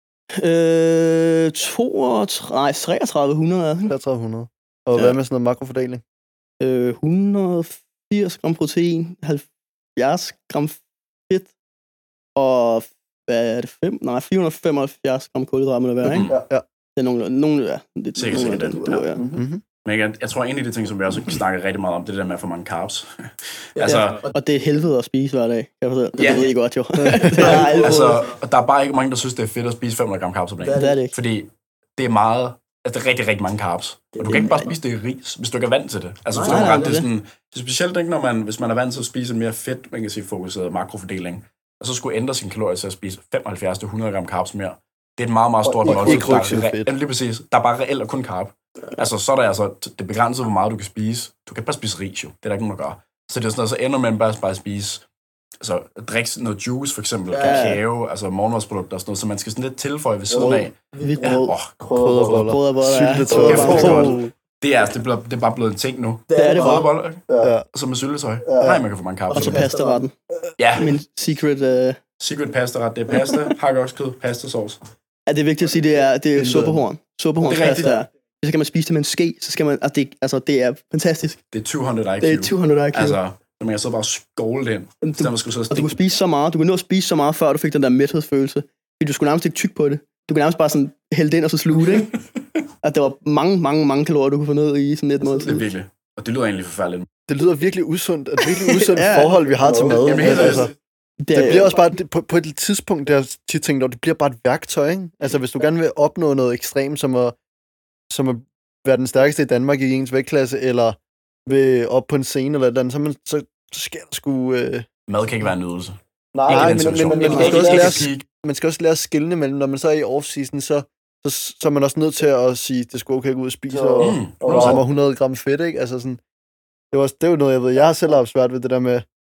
Øh, toogtredive, nej, treogtredive hundrede er den. treogtredive hundrede? Og Ja. hvad med sådan noget makrofordeling? Øh, et hundrede og firs gram protein, halvfjerds gram fedt, og hvad er det, fem? Nej, fire hundrede og femoghalvfjerds gram kulhydrater må det være, ikke? Mm. Ja, ja. Det er nogle, nogle ja, det, Sikkert, nogle af sikkert den, den, ja. Mm-hmm. Men jeg, jeg tror, en af de ting, som vi også snakker rigtig meget om, det er det der med at få mange carbs. altså, Ja, og det er helvede at spise hver dag, kan jeg fortælle. Det Ja. ved I godt jo. det er alt altså, og der er bare ikke mange, der synes, det er fedt at spise fem hundrede gram carbs om dagen. det er det ikke. Fordi det er meget... Altså, det er rigtig, rigtig mange carbs. Og du kan ikke bare spise det i ris, hvis du ikke er vant til det. Altså, Nej, forstår du nej, ret? Det er, det er sådan, det er specielt ikke, når man, hvis man er vant til at spise en mere fedt, man kan sige, fokuseret makrofordeling, og så skulle ændre sin kalorier til at spise femoghalvfjerds til hundrede gram carbs mere. Det er et meget, meget stort Og måltid. ikke Der er rygsøg re- fedt. Ja, lige præcis. Der er bare reelt og kun carb. Altså, så er der altså det er begrænset, hvor meget du kan spise. Du kan ikke bare spise ris, jo. Det er der ikke nogen, der gør. Så det er sådan noget, så ender man bare bare at spise altså, drikke noget juice, for eksempel, Ja. kakao, altså morgenmadsprodukter og sådan noget, så man skal sådan lidt tilføje ved siden af. Hvidt Ja, brød. åh, Krydderboller. Brød og boller, ja. Syltetøj. Brød og Jeg boller. forstår det. Det er, det, bliver, det er bare blevet en ting nu. Det er det bare. Brødboller, Ja. og så med syltetøj. Nej, man kan få mange Og så kapsler. pastaretten. Ja, Min secret... Uh, secret pasta-ret. Det er pasta, hakkokskød, pastasauce. er det vigtigt at sige, det er, det er suppehorn. Det er Suppehornspasta. rigtigt. Så kan man spise det med en ske, så skal man... Altså, det, altså, det er fantastisk. Det er to hundrede I Q. Det er to hundrede I Q. Altså, så man kan så bare skåle det ind. Du, Så man skulle så og du kunne spise så meget. Du kunne nå at spise så meget, før du fik den der mæthedsfølelse. Fordi du skulle nærmest ikke tykke på det. Du kunne nærmest bare sådan hælde det ind og så sluge det, ikke? At der var mange, mange, mange kalorier, du kunne få ned i sådan et Det måltid. er virkelig. Og det lyder egentlig forfærdeligt. Det lyder virkelig usundt. Et virkelig usundt Ja. forhold, vi har til mad. Jamen, helt altså, altså, Det, det bliver også bare, det, på, på et tidspunkt, der har jeg tit tænkt over, det bliver bare et værktøj, ikke? Altså, hvis du gerne vil opnå noget ekstremt, som at, som at være den stærkeste i Danmark i ens vægtklasse, eller vil op på en scene eller et eller andet, så, man, så, så sker der sgu... Øh... mad kan ikke være en nydelse. Nej, Ikke i den men, situation. men, men, Ikke- man, skal ikke- også ikke lære, peak. man skal også lære at skille mellem, når man så er i off-season, så, så, så er man også nødt til at sige, det skulle okay at gå ud og spise, og, Mm, og rammer hundrede gram fedt, ikke? Altså sådan, det, var, det er jo noget, jeg ved. Jeg har selv haft svært ved det der med,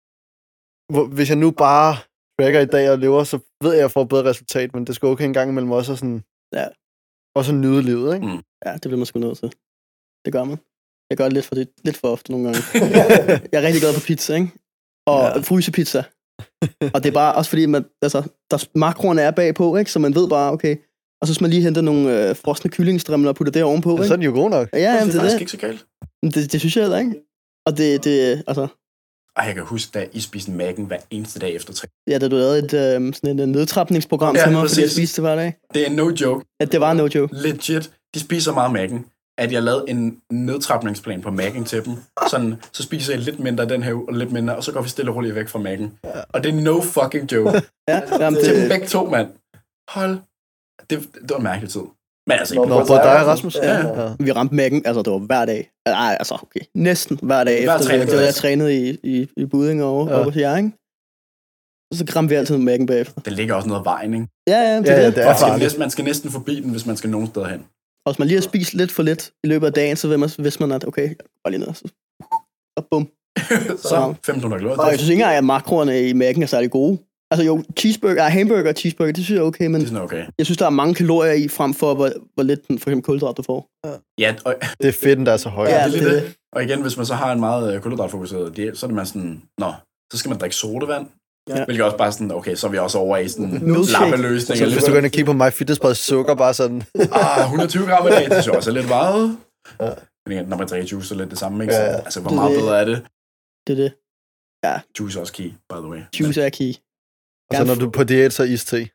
hvor, hvis jeg nu bare tracker i dag og lever, så ved jeg, at jeg får et bedre resultat, men det skal okay en gang imellem også at sådan, Ja. også nyde livet, ikke? Mm. Ja, det bliver man sgu nødt til. Det gør man. Jeg gør det lidt for, det, lidt for ofte nogle gange. Jeg er rigtig glad for pizza, ikke? og Ja. frysepizza. Og det er bare også fordi, man, altså, der makroerne er bagpå, ikke? Så man ved bare, okay. Og så skal man lige hente nogle øh, frosne kyllingestrimler og putte det ovenpå, ikke? Så er den jo god nok. Ja, jamen, det det er er faktisk det. ikke så galt. det. Det synes jeg heller ikke. Og det, det altså... Ej, jeg kan huske, da I spiste Mac'en hver eneste dag efter træning. Ja, da du lavede et, øh, sådan et nedtrapningsprogram Ja, til mig, præcis. fordi jeg spiste det hver dag. Det er no joke. Ja, det var no joke. Legit. De spiser meget Mac'en, at jeg lavede en nedtrapningsplan på Mac'en til dem. Sådan, så spiser jeg lidt mindre den her uge, og lidt mindre, og så går vi stille og roligt væk fra Mac'en. Og det er no fucking joke. Ja, jamen, Til dem det, begge to, mand. Hold. Det, det var en mærkelig tid. Men altså, Nå, ikke både dig og Rasmus. Ja. Ja. vi ramte mækken, altså det var hver dag. Nej, altså okay, næsten hver dag Hver efter det. træning. Det var, jeg trænede i, i, i Budding og Ja. ja. hos jer, ikke? Og så ramte vi altid mækken bagefter. det ligger også noget af vejen, ikke? Ja, ja, det Ja, er ja, det. det er Man skal, farligt. næsten, man skal næsten forbi den, hvis man skal nogen steder hen. Og hvis man lige har spist lidt for lidt i løbet af dagen, så ved man, hvis man at, okay, jeg går bare lige ned, så, og bum. Så femten hundrede Og jeg kalorier. synes ikke engang, at makroerne i mækken er særlig gode. Altså jo, cheeseburger, hamburger og cheeseburger, det synes jeg er okay, men Det er sådan okay. jeg synes, der er mange kalorier i, frem for, hvor, hvor lidt for eksempel kulhydrat du får. Ja, og, Det er fedt, der er så høj. ja, Ja, det er det lige er det. Og igen, hvis man så har en meget øh, kulhydratfokuseret diæt, så er det man sådan, nå, så skal man drikke sodavand. Ja. Hvilket også bare sådan, okay, så er vi også over i sådan en Milkshake. lappeløsning. Så hvis du går ind og kigger på mig, fitnessbred sukker, bare sådan... Ah, hundrede og tyve gram i dag, det synes jeg også er lidt meget. Men igen, når man drikker juice, så er det lidt det samme, ikke? Så, Ja, ja. altså, hvor Det er meget det. bedre er det? Det er det. Juice er også key, by the way. Juice er key. Og så når du er på diæt, så is te. det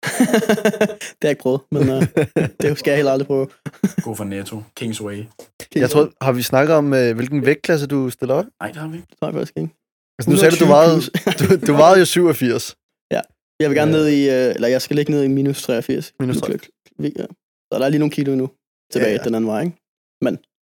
har jeg ikke prøvet, men uh, det skal jeg heller aldrig prøve. God for Netto. Kingsway. Jeg tror, har vi snakket om, øh, hvilken vægtklasse du stiller op? Nej, det har vi ikke. Det tror jeg faktisk ikke. Altså, nu sagde du, du vejede, du, du vejede jo syvogfirs. Jeg vil gerne ned i, uh, eller jeg skal ligge ned i minus treogfirs. Minus tre. Ja. Så der er lige nogle kilo nu tilbage Ja, ja, ja. den anden vej, ikke? Men,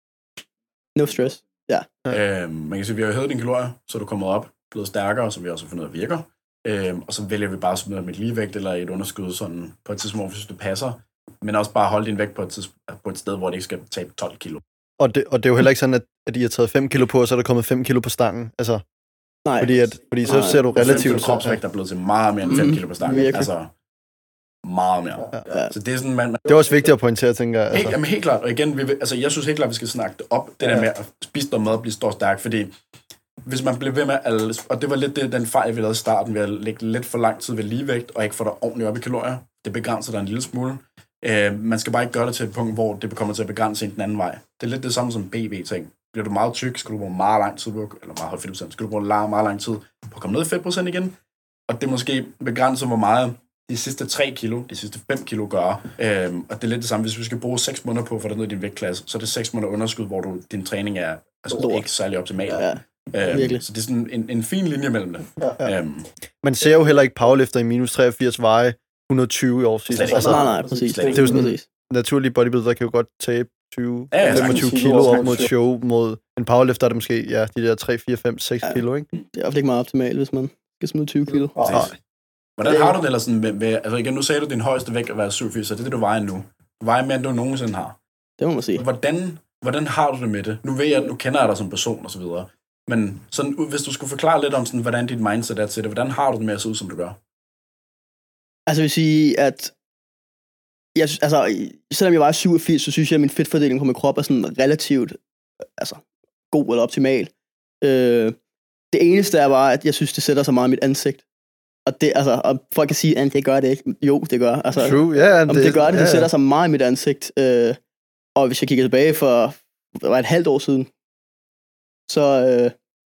no stress. Ja. Øhm, man kan sige, at vi har jo hævet dine kalorier, så er du kommet op, blevet stærkere, som vi også har fundet ud af virker. Øhm, og så vælger vi bare sådan noget med et ligevægt eller et underskud sådan på et tidspunkt, hvis det passer. Men også bare holde din vægt på et, tids, på et sted, hvor det ikke skal tabe tolv kilo. Og det, og det er jo heller ikke sådan, at, at I har taget fem kilo på, og så er der kommet fem kilo på stangen. Altså, Nej, fordi, at, fordi så Nej. ser du Relativt relativt... kropsvægt er blevet til meget mere end fem Mhm, kilo på stangen. virkelig. Altså, meget mere. Ja. Så det er sådan, man... man Det er også vigtigt at pointere, tænker jeg. Helt, Altså. jamen helt klart, og igen, vi, vil- altså, jeg synes helt klart, vi skal snakke det op, det Ja. der med at spise noget mad og blive stor stærk, fordi hvis man bliver ved med at, og det var lidt det, den fejl, vi lavede i starten, ved at lægge lidt for lang tid ved ligevægt, og ikke få dig ordentligt op i kalorier, det begrænser dig en lille smule. Øh, man skal bare ikke gøre det til et punkt, hvor det kommer til at begrænse en den anden vej. Det er lidt det samme som B V-ting. Bliver du meget tyk, skal du bruge meget lang tid på, eller meget høj fedtprocent, skal du bruge meget, meget lang tid på at komme ned i fedtprocent igen, og det måske begrænser, hvor meget de sidste tre kilo, de sidste fem kilo gør. Øhm, og det er lidt det samme, hvis vi skal bruge seks måneder på at få dig ned i din vægtklasse, så er det seks måneder underskud, hvor du, din træning er altså, Lort. ikke særlig optimal. Ja, øhm, virkelig. så det er sådan en, en fin linje mellem det. Ja. Øhm, Man ser jo heller ikke powerlifter i minus treogfirs veje et hundrede og tyve i år sidst. Slet ikke. Altså, nej, nej, præcis. Slet ikke. Det er jo sådan- præcis. naturlige bodybuilder kan jo godt tabe tyve Ja, ja, femogtyve sagtens. kilo op mod et show. Mod en powerlifter er det måske ja, de der tre, fire, fem, seks Ja. kilo, ikke? Det er i hvert fald ikke meget optimalt, hvis man skal smide tyve kilo. præcis. Hvordan har du det, eller sådan, med, med, altså igen, nu sagde du, din højeste vægt at være syvogfirs, så det er det, du vejer nu. Du vejer mere, end du nogensinde har. Det må man sige. Hvordan, hvordan har du det med det? Nu ved jeg, nu kender jeg dig som person og så videre. Men sådan, hvis du skulle forklare lidt om, sådan, hvordan dit mindset er til det, hvordan har du det med at se ud, som du gør? Altså, jeg vil sige, at jeg, sy- altså, selvom jeg var syvogfirs, så synes jeg, at min fedtfordeling på min krop er sådan relativt altså, god eller optimal. Øh, det eneste er bare, at jeg synes, det sætter så meget i mit ansigt. Og, det, altså, og folk kan sige, at det gør det ikke. Jo, det gør. Altså, True, ja. om det gør det, det ja, sætter sig meget i mit ansigt. Øh, og hvis jeg kigger tilbage for, det var et halvt år siden, så øh,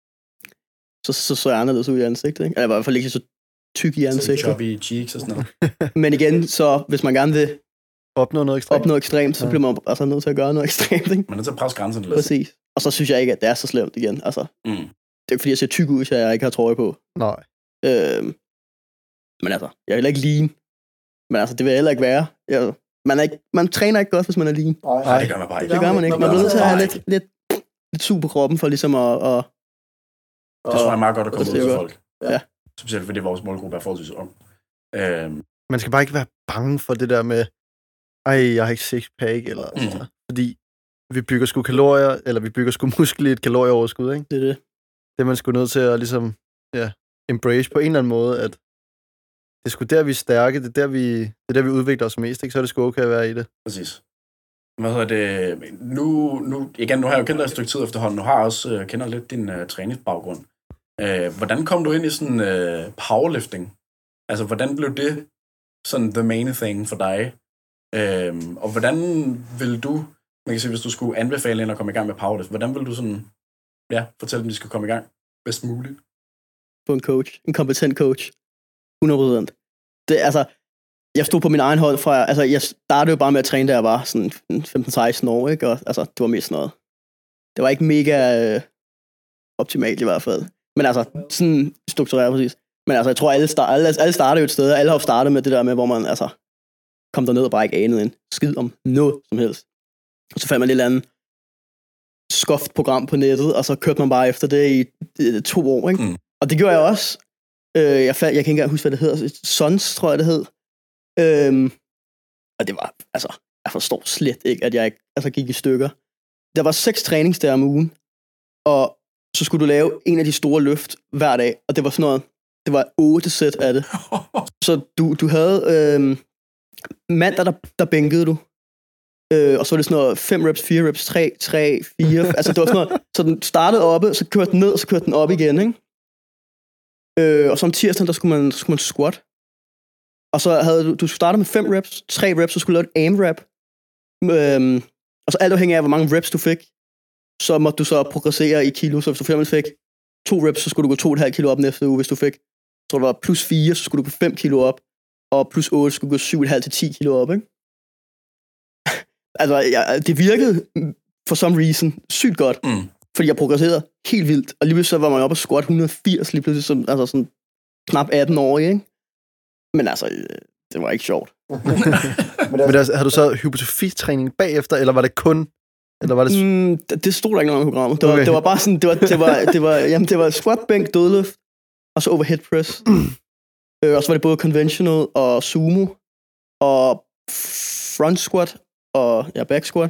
så, så, så er jeg anderledes ud i ansigtet. Ikke? Eller i hvert fald ikke så tyk i ansigtet. Chubby cheeks og sådan noget. Men igen, så hvis man gerne vil Opnå noget ekstremt. opnå ekstremt, så Ja. bliver man altså nødt til at gøre noget ekstremt. Ikke? Man er nødt til at presse grænserne lidt. Præcis. Og så synes jeg ikke, at det er så slemt igen. Altså, Mm. det er ikke fordi, jeg ser tyk ud, så jeg ikke har trøje på. Nej. Øhm, men altså, jeg er heller ikke lean. Men altså, det vil jeg heller ikke være. Jeg, man, er ikke, man træner ikke godt, hvis man er lean. Nej, det gør man bare ikke. Det gør man ikke. Man er nødt til at have lidt, lidt, lidt sug på kroppen, for ligesom at... at Det tror jeg er meget godt at komme Det ud er til godt. folk. Ja. Specielt fordi vores målgruppe er forholdsvis ung. Øhm, Man skal bare ikke være bange for det der med, ej, jeg har ikke six-pack, eller Mm. altså, fordi vi bygger sgu kalorier, eller vi bygger sgu muskel i et kalorieoverskud, ikke? det er det. Det er man sgu nødt til at ligesom, ja, embrace på en eller anden måde, at det er sgu der, vi er stærke, det er der, vi, det er der, vi udvikler os mest, ikke? Så er det sgu okay at være i det. præcis. Hvad hedder det? Nu, nu, igen, nu har jeg jo kendt dig et stykke tid efterhånden. Nu har jeg også uh, kender lidt din uh, træningsbaggrund. Øh, hvordan kom du ind i sådan øh, powerlifting? Altså, hvordan blev det sådan the main thing for dig? Øh, og hvordan vil du, man kan sige, hvis du skulle anbefale en at komme i gang med powerlift, hvordan vil du sådan, ja, fortælle dem, de skal komme i gang bedst muligt? På en coach, en kompetent coach, hundrede procent. Det, altså, jeg stod på min egen hold fra, altså, jeg startede jo bare med at træne, da jeg var sådan femten seksten år, ikke? Og altså, det var mest noget. Det var ikke mega øh, optimalt i hvert fald. Men altså, sådan struktureret præcis. Men altså, jeg tror, alle, start, alle, alle starter jo et sted, og alle har startet med det der med, hvor man altså kom derned og bare ikke anede en skid om noget som helst. Og så fandt man et eller andet skoft program på nettet, og så kørte man bare efter det i øh, to år, ikke? Mm. Og det gjorde jeg også. Øh, jeg, fandt, jeg kan ikke engang huske, hvad det hedder. Sons, tror jeg, det hed. Øhm, og det var, altså, jeg forstår slet ikke, at jeg ikke altså, gik i stykker. Der var seks træningsdage om ugen, og så skulle du lave en af de store løft hver dag, og det var sådan noget, det var otte sæt af det. Så du, du havde øhm, mandag, der, der bænkede du, øh, og så var det sådan noget fem reps, fire reps, tre, tre, fire, altså det var sådan noget, så den startede oppe, så kørte den ned, og så kørte den op igen, ikke? Øh, og så om tirsdagen, der skulle man, der skulle man squat. Og så havde du, du startede med fem reps, tre reps, så skulle du lave et aim rep. Øhm, og så alt afhængig af, hvor mange reps du fik, så måtte du så progressere i kilo. Så hvis du for eksempel fik to reps, så skulle du gå to komma fem kilo op næste uge. Hvis du fik, så det var plus fire, så skulle du gå fem kilo op. Og plus otte, så skulle du gå syv komma fem til ti kilo op, ikke? Altså, ja, det virkede for some reason sygt godt. Mm. Fordi jeg progresserede helt vildt. Og lige så var man oppe og squat et hundrede og firs, lige pludselig som altså sådan knap atten år, ikke? Men altså, det var ikke sjovt. Men altså, havde du så hypotofitræning bagefter, eller var det kun... Eller var det... Mm, det, det stod der ikke noget om i programmet. Det var, okay. det var bare sådan, det var, det var, det var, jamen, det var squat, bænk, dødløft, og så overhead press. øh, og så var det både conventional og sumo, og front squat, og ja, back squat.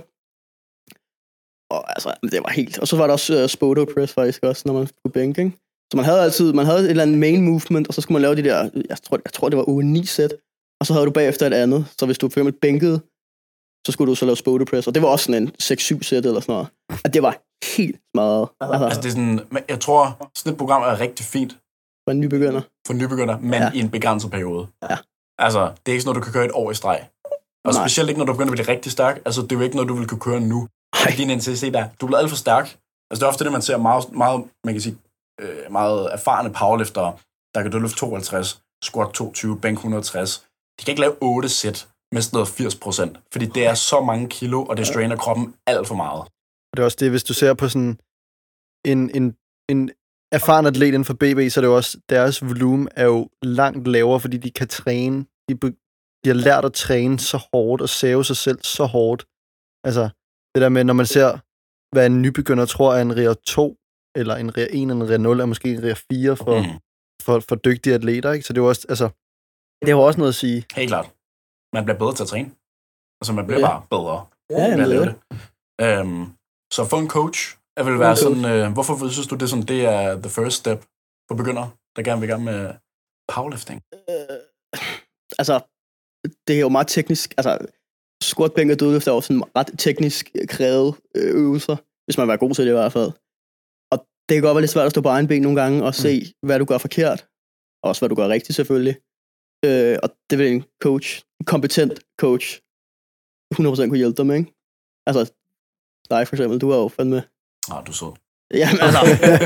Og altså, det var helt... Og så var der også uh, Spoto press faktisk også, når man skulle bænke, ikke? Så man havde altid, man havde et eller andet main movement, og så skulle man lave de der, jeg tror, jeg tror det var otte ni sæt, og så havde du bagefter et andet. Så hvis du for eksempel bænkede, så skulle du så lave Spoto press, og det var også sådan en seks syv sæt eller sådan noget. Og det var helt meget. Altså, altså det er sådan, jeg tror, sådan et program er rigtig fint. For en nybegynder. For en nybegynder, men ja. I en begrænset periode. Ja. Altså, det er ikke sådan noget, du kan køre et år i streg. Og Nej. Specielt ikke, når du begynder at blive rigtig stærk. Altså, det er jo ikke noget, du vil kunne køre nu. Din N T C der, du er blevet alt for stærk. Altså, det er ofte det, man ser meget, meget man kan sige, øh, meget erfarne powerliftere, der kan dødløfte tooghalvtreds, squat toogtyve, bænk et hundrede og tres. De kan ikke lave otte sæt med sådan noget firs procent, fordi det er så mange kilo, og det strainer kroppen alt for meget. Og det er også det, hvis du ser på sådan en, en, en erfaren atlet inden for B B, så er det jo også, deres volumen er jo langt lavere, fordi de kan træne, de, de har lært at træne så hårdt, og save sig selv så hårdt. Altså, det der med, når man ser, hvad en nybegynder tror er en R I A to, eller en R I A en, eller en R I A nul, eller måske en R I A fire for, mm. for, for dygtige atleter, ikke? Så det er jo også, altså, det har også noget at sige. Helt klart. Man bliver bedre til at træne. Altså, man bliver ja. bare bedre ja, med at lave det. Um, så få en coach, jeg vil være sådan, uh, hvorfor synes du, det er sådan, det er the first step for begyndere, der gerne vil i gang med powerlifting? Øh, altså, det er jo meget teknisk, altså, squat, bænk og dødløft er jo sådan ret teknisk krævet øvelser, hvis man vil være god til det i hvert fald. Og det kan godt være lidt svært at stå på egen ben nogle gange og se, mm. hvad du gør forkert, og også hvad du gør rigtigt selvfølgelig. Øh, og det vil en coach, en kompetent coach, hundrede procent kunne hjælpe dem, ikke? Altså, dig for eksempel, du er jo fandme... Ah, du er sød. Jamen altså,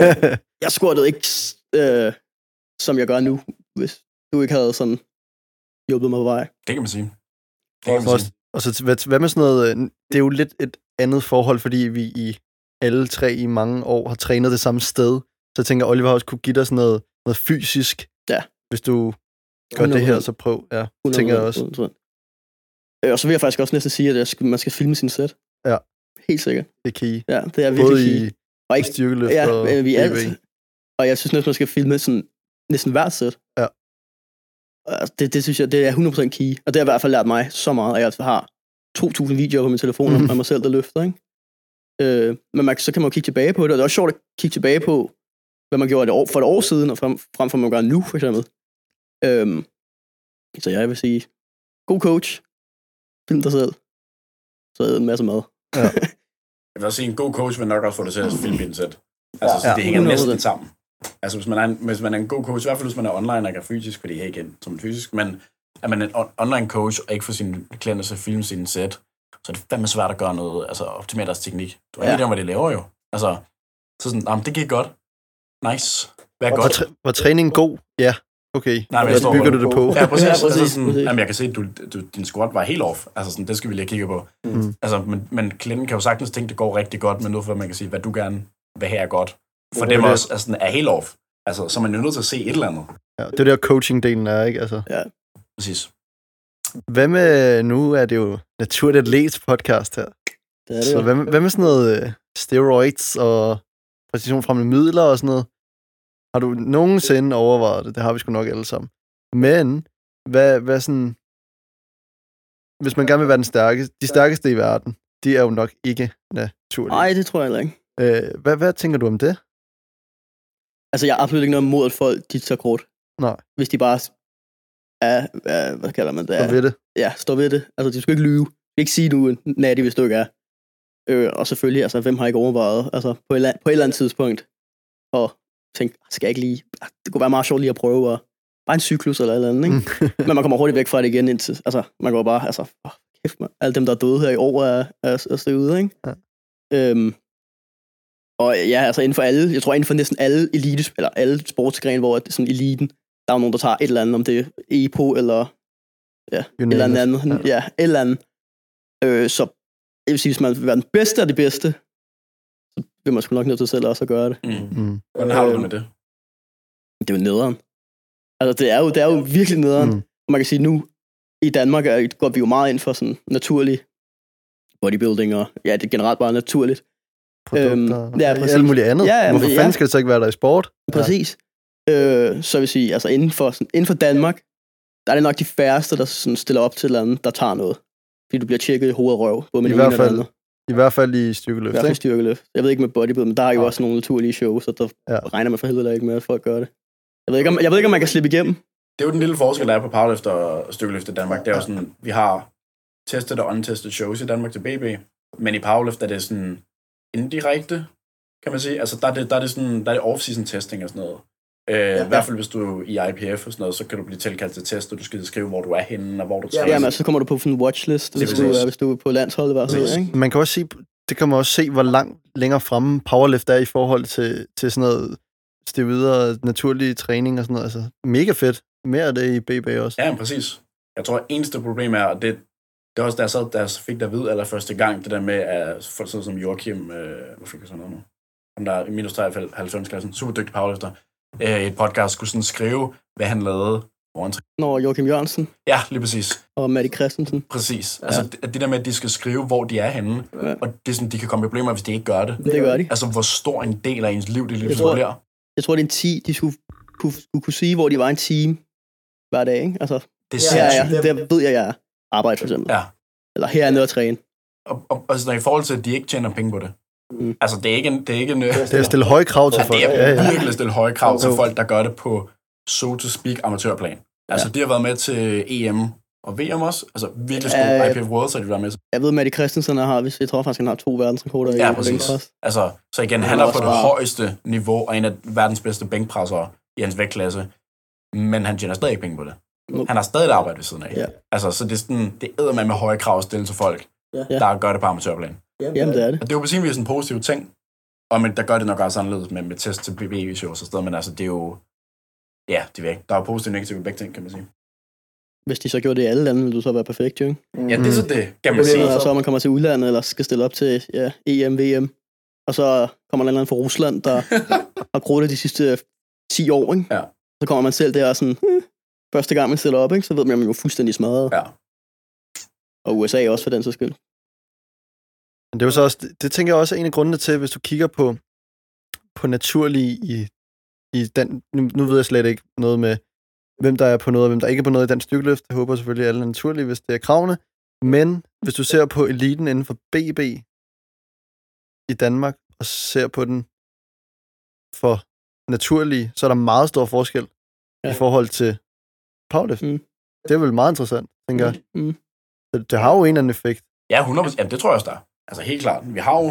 jeg squattede ikke, øh, som jeg gør nu, hvis du ikke havde sådan hjulpet mig på vej. Det kan man sige. Det kan man sige. Og så hvad, hvad med sådan noget, det er jo lidt et andet forhold, fordi vi i alle tre i mange år har trænet det samme sted, så jeg tænker, Oliver også kunne give dig sådan noget, noget fysisk. Ja. Hvis du gør det her, så prøv. Ja, det tænker jeg også. Øh, og så vil jeg faktisk også næsten sige, at jeg skal, man skal filme sin sæt. Ja. Helt sikkert. Det er key. Ja, det er virkelig Både key. i, og ikke, i styrkeløft ja, og vi alt. Og jeg synes næsten, man skal filme sådan, næsten hvert sæt. Ja. Det, det synes jeg, det er hundrede procent key. Og det har i hvert fald lært mig så meget, at jeg har to tusind videoer på min telefon mm. af mig selv, der løfter, ikke? Øh, men man, så kan man jo kigge tilbage på det, og det er også sjovt at kigge tilbage på, hvad man gjorde det år, for et år siden, og frem, frem for, hvad man gør nu, for eksempel. Øhm, så jeg vil sige, god coach, film dig selv, så er det en masse mad. Ja. Jeg vil også sige, en god coach vil nok også få dig til at filme din sæt. Altså, ja, det hænger næsten sammen. Altså, hvis man, er en, hvis man er en god coach, i hvert fald hvis man er online og ikke er fysisk, fordi her igen, som en fysisk, men er man en on- online coach og ikke får sine klienter til at filme sine sæt, så er det fandme svært at gøre noget, altså optimere deres teknik. Du har ikke ja. idé om, hvad de laver jo. Altså, så sådan, jamen, det gik godt. Nice. Hvad er godt? Var, tr- var træningen god? Ja. Okay. Nej, men jeg står bygger du det på. Ja, præcis. Ja, præcis. præcis, Altså sådan, præcis. jamen, jeg kan se, at du, du, din squat var helt off. Altså, sådan, det skal vi lige kigge på. Mm. Altså, men, men klienten kan jo sagtens tænke, det går rigtig godt, men nu for man kan sige, hvad du gerne vil have er godt. For dem også altså, er helt off. Altså, så er man jo nødt til at se et eller andet. Ja, det er der coaching-delen er, ikke? Altså. Ja. Præcis. Hvad med, nu er det jo Naturligt Atlets podcast her. Det er det Så jo. hvad med, hvad med sådan noget uh, steroids og præcisionsfremmende midler og sådan noget? Har du nogensinde overvejet det? Det har vi sgu nok alle sammen. Men, hvad, hvad sådan... Hvis man gerne vil være den stærkeste, de stærkeste i verden, de er jo nok ikke naturlige. Nej, det tror jeg heller ikke. Øh, hvad, hvad tænker du om det? Altså, jeg har absolut ikke noget imod, at folk de tager krudt. Nej. Hvis de bare er, er hvad kalder man det? Så ved det. Ja, står ved det. Altså, de skal ikke lyve. Du skal ikke sige nu, natty, hvis du ikke er. Øh, og selvfølgelig, altså, hvem har ikke overvejet, altså, på et, eller andet, på et eller andet tidspunkt, og tænke, skal jeg ikke lige, det kunne være meget sjovt lige at prøve, og bare en cyklus eller et eller andet, ikke? Men man kommer hurtigt væk fra det igen, indtil, altså, man går bare, altså, åh, kæft, man. Alle dem, der er døde her i år, er, er, er støvet, ikke? Ja. Øhm, og ja, altså inden for alle, jeg tror inden for næsten alle elite, eller alle sportsgrene, hvor det er sådan eliten, der er jo nogen, der tager et eller andet, om det er E P O, eller ja, et eller andet, ja, ja et eller andet. Øh, så jeg vil sige, hvis man vil være den bedste af de bedste, så vil man sgu nok nødt til selv også at gøre det. Mm. Mm. Hvordan har du det med det? Det er jo nederen. Altså, det er jo, det er jo virkelig nederen. Mm. Og man kan sige, nu i Danmark er, går vi jo meget ind for sådan naturlig bodybuilding, og ja, det er generelt bare naturligt. Produkter, øhm, ja, præcis. Alt muligt andet. Ja, ja, Hvorfor ja. fanden skal det så ikke være der i sport? Præcis. Ja. Øh, så vil jeg sige, altså inden for, sådan, inden for Danmark, der er det nok de færreste, der sådan stiller op til et eller andet, der tager noget. Fordi du bliver tjekket i hoved og røv. Både med I, det hvert ene fald, og det I hvert fald i styrkeløft. I hvert fald styrkeløft. Jeg ved ikke med bodybuilding, men der er jo okay. også nogle naturlige shows, så der ja. regner man for helvede ikke med, at folk gør det. Jeg ved ikke, om, jeg ved ikke, om man kan slippe igennem. Det er jo den lille forskel, der er på powerlift og styrkeløft i Danmark. Det er jo sådan, vi har testet og untestet shows i Danmark til B B, men i powerlift er det sådan indirekte, kan man sige. Altså, der er det, der er det, sådan, der er det off-season testing og sådan noget. Øh, ja, I hvert fald, hvis du er i I P F og sådan noget, så kan du blive tilkaldt til test, og du skal skrive, hvor du er henne, og hvor du træner. Ja, men så kommer du på sådan en watchlist, hvis du, er, hvis du er på landsholdet. Var sådan, ikke? Man kan også sige, det kan man også se, hvor langt længere fremme powerlift er i forhold til, til sådan noget steroider, naturlig træning og sådan noget. Altså, mega fedt. Mere af det i B B også. Ja, præcis. Jeg tror, eneste problem er, og det, det er også, da jeg, sad, da jeg fik der at vide allerførste gang, det der med, at folk sådan som Joachim, øh, hvad fik jeg sådan noget nu? Ham der i minus treoghalvfems-klassen, super dygtig powerlifter, øh, i et podcast skulle sådan skrive, hvad han lavede. Nå, Joachim Jørgensen. Ja, lige præcis. Og Matti Christensen. Præcis. Altså, ja. det, det der med, at de skal skrive, hvor de er henne, ja. og det er sådan, de kan komme i problemer, hvis de ikke gør det. Det gør de. Altså, hvor stor en del af ens liv det lige tror, bliver. Jeg tror, det er en ti, de skulle kunne, kunne, kunne sige, hvor de var en time hver dag, ikke? Altså, det her er jeg, der ved jeg, jeg er arbejde, for eksempel. Ja. Eller her er nede at træne. Og, og altså, i forhold til, at de ikke tjener penge på det. Mm. Altså, det er ikke en... Det er, ikke en, det er at stille høje krav til folk. Det er ja, ja. virkelig at stille høje krav til folk, der gør det på, so to speak, amatørplan. Altså, ja. de har været med til E M og V M også. Altså, virkelig store ja, I P F World, så har de været med. Jeg ved, Matti Christensen har, hvis jeg tror faktisk, han har to verdensrekorder. Ja, præcis. Altså, så igen, han, han er på det bare højeste niveau, og en af verdens bedste bænkpressere i hans vægtklasse. Men han tjener stadig ikke penge på det. Nope. Han har stadig et arbejde ved siden af. Ja. Altså, så det er sådan, det æder man med høje krav at stille til folk, ja. der gør det på amatørplan. Jamen, det er det. Og det er jo på sin vis en positiv ting. Og men der gør det nok også anderledes med, med test til B B-shows og sådan, men altså, det er jo... Ja, det er væk. Der er jo positivt og negativt begge ting, kan man sige. Hvis de så gjorde det i alle lande, ville du så være perfekt, jo, ikke? Ja, det er så det, kan man sige. Og så man kommer til udlandet, eller skal stille op til ja, E M, V M, og så kommer der en eller anden fra Rusland, der har krudtet de sidste ti år, ikke? Ja. Så kommer man selv der og sådan, hm, første gang man stiller op, ikke? Så ved man, at man er jo fuldstændig smadret. Ja. Og U S A også for den så skyld. Men det er jo så også, det, det tænker jeg også er en af grundene til, hvis du kigger på, på naturlig i, i den, nu, nu ved jeg slet ikke noget med, hvem der er på noget, og hvem der ikke er på noget i den styrkeløft. Jeg håber selvfølgelig, at alle er naturlige, hvis det er kravene. Men hvis du ser på eliten inden for B B i Danmark, og ser på den for naturlige, så er der meget stor forskel ja. i forhold til powerlift. Mm. Det er vel meget interessant, tænker jeg. Mm. Det, det har jo en eller anden effekt. Ja, hundrede procent. Jamen, det tror jeg også, der er. Altså helt klart. Vi har jo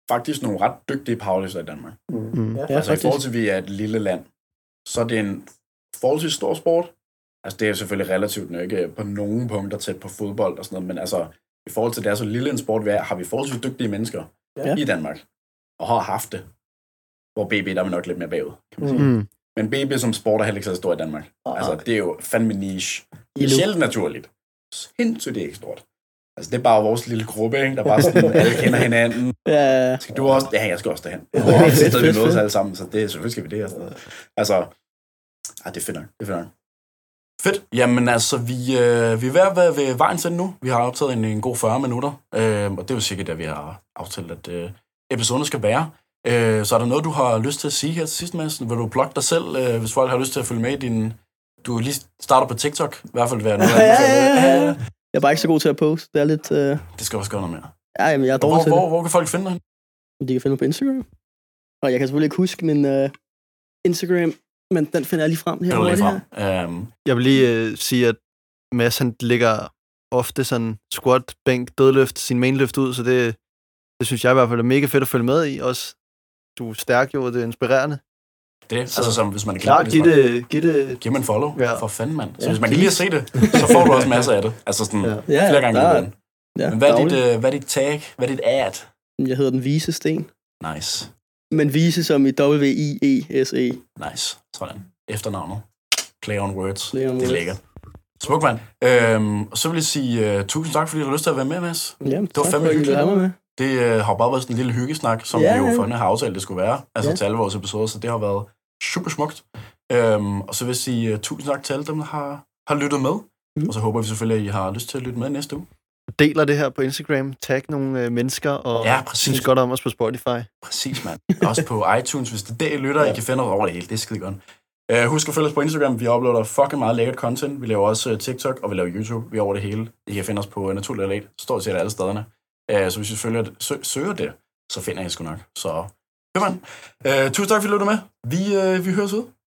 faktisk nogle ret dygtige powerlifter i Danmark. Mm. Ja, Altså faktisk. i forhold til, at vi er et lille land, så er det en forholdsvis stor sport. Altså det er selvfølgelig relativt nok ikke på nogle punkter tæt på fodbold og sådan noget, men altså i forhold til, at det er så lille en sport, vi er, har vi forholdsvis dygtige mennesker Ja. i Danmark, og har haft det. Hvor B B, der er vi nok lidt mere bagud, kan man sige. Mm. Men B B som sport er heller ikke så stor i Danmark. Altså det er jo fandme niche. Det er Ilo. sjældent naturligt. Sindssygt ikke stort. Altså det er bare vores lille gruppe, ikke? Der bare sådan, alle kender hinanden. Ja, Skal du også? Ja, jeg skal også derhen. Ja, Og fedt, så vi fedt, mødes fedt. alle sammen, så det, selvfølgelig skal vi det. Og sådan noget. Altså, ah, det er fedt nok. Det er fedt nok. Fedt. Jamen altså, vi, øh, vi er ved at være ved vejen til nu. Vi har optaget en, en god fyrre minutter, øh, og det er jo sikkert, at vi har aftalt, at øh, episoden skal være. Øh, så er der noget, du har lyst til at sige her til sidst, Mads? Vil du plukke dig selv, øh, hvis folk har lyst til at følge med i din... Du lige starter på TikTok, i hvert fald være noget. ja, ja, ja. Jeg er bare ikke så god til at poste. Det er lidt... Uh... Det skal også gøre noget mere. Ja, jamen, jeg er Hvor, dårlig til hvor, det. hvor kan folk finde dig? De kan finde mig på Instagram. Og jeg kan selvfølgelig ikke huske min uh, Instagram, men den finder jeg lige frem her. Kan du lige hurtigt frem? Um, Jeg vil lige øh, sige, at Mads han lægger ofte sådan squat, bænk, dødløft, sin mainløft ud, så det, det synes jeg i hvert fald er mega fedt at følge med i. Også, du er stærk jo, og det er inspirerende. det, altså som hvis man er Klar, klar, giv det, giv det. Giv mig en follow, Ja. for fanden, mand. Så Ja, hvis man kan lide at se det, så får du også masser af det. Altså sådan Ja. Ja, flere gange der om er- ugen. Ja, Men hvad er, dit, dagligt. øh, hvad er dit tag? Hvad er dit ad? Jeg hedder den Vise Sten. Nice. Men Vise som i W I E S E. Nice. Sådan. Efternavnet. Play on words. Play on det er words. lækkert. Smuk, mand. Øhm, og så vil jeg sige uh, tusind tak, fordi du har lyst til at være med, Mads. Ja, Det var fandme hyggeligt. Have mig med. Det øh, har bare været sådan en lille hyggesnak, som Ja, vi jo ja. for har aftalt, det skulle være. Altså Ja. til alle vores episoder, så det har været super smukt. Øhm, og så vil jeg sige uh, tusind tak til alle dem, der har, har lyttet med. Mm. Og så håber vi selvfølgelig, at I har lyst til at lytte med næste uge. Deler det her på Instagram, tag nogle øh, mennesker, og Ja, præcis. synes godt om os på Spotify. Præcis, mand. Også på iTunes, hvis det er det, I lytter, ja. I kan finde noget over det hele. Det er skide godt. Uh, husk at følge os på Instagram. Vi uploader fucking meget lækkert content. Vi laver også uh, TikTok, og vi laver YouTube. Vi er over det hele. I kan finde os på uh, Naturligt Atlet. Stort set alle stederne. Uh, så hvis I følger det, sø- søger det, så finder I sgu nok. Så, ja, mand. Uh, tusind tak, fordi I lyttede med. Vi, uh, vi høres ud.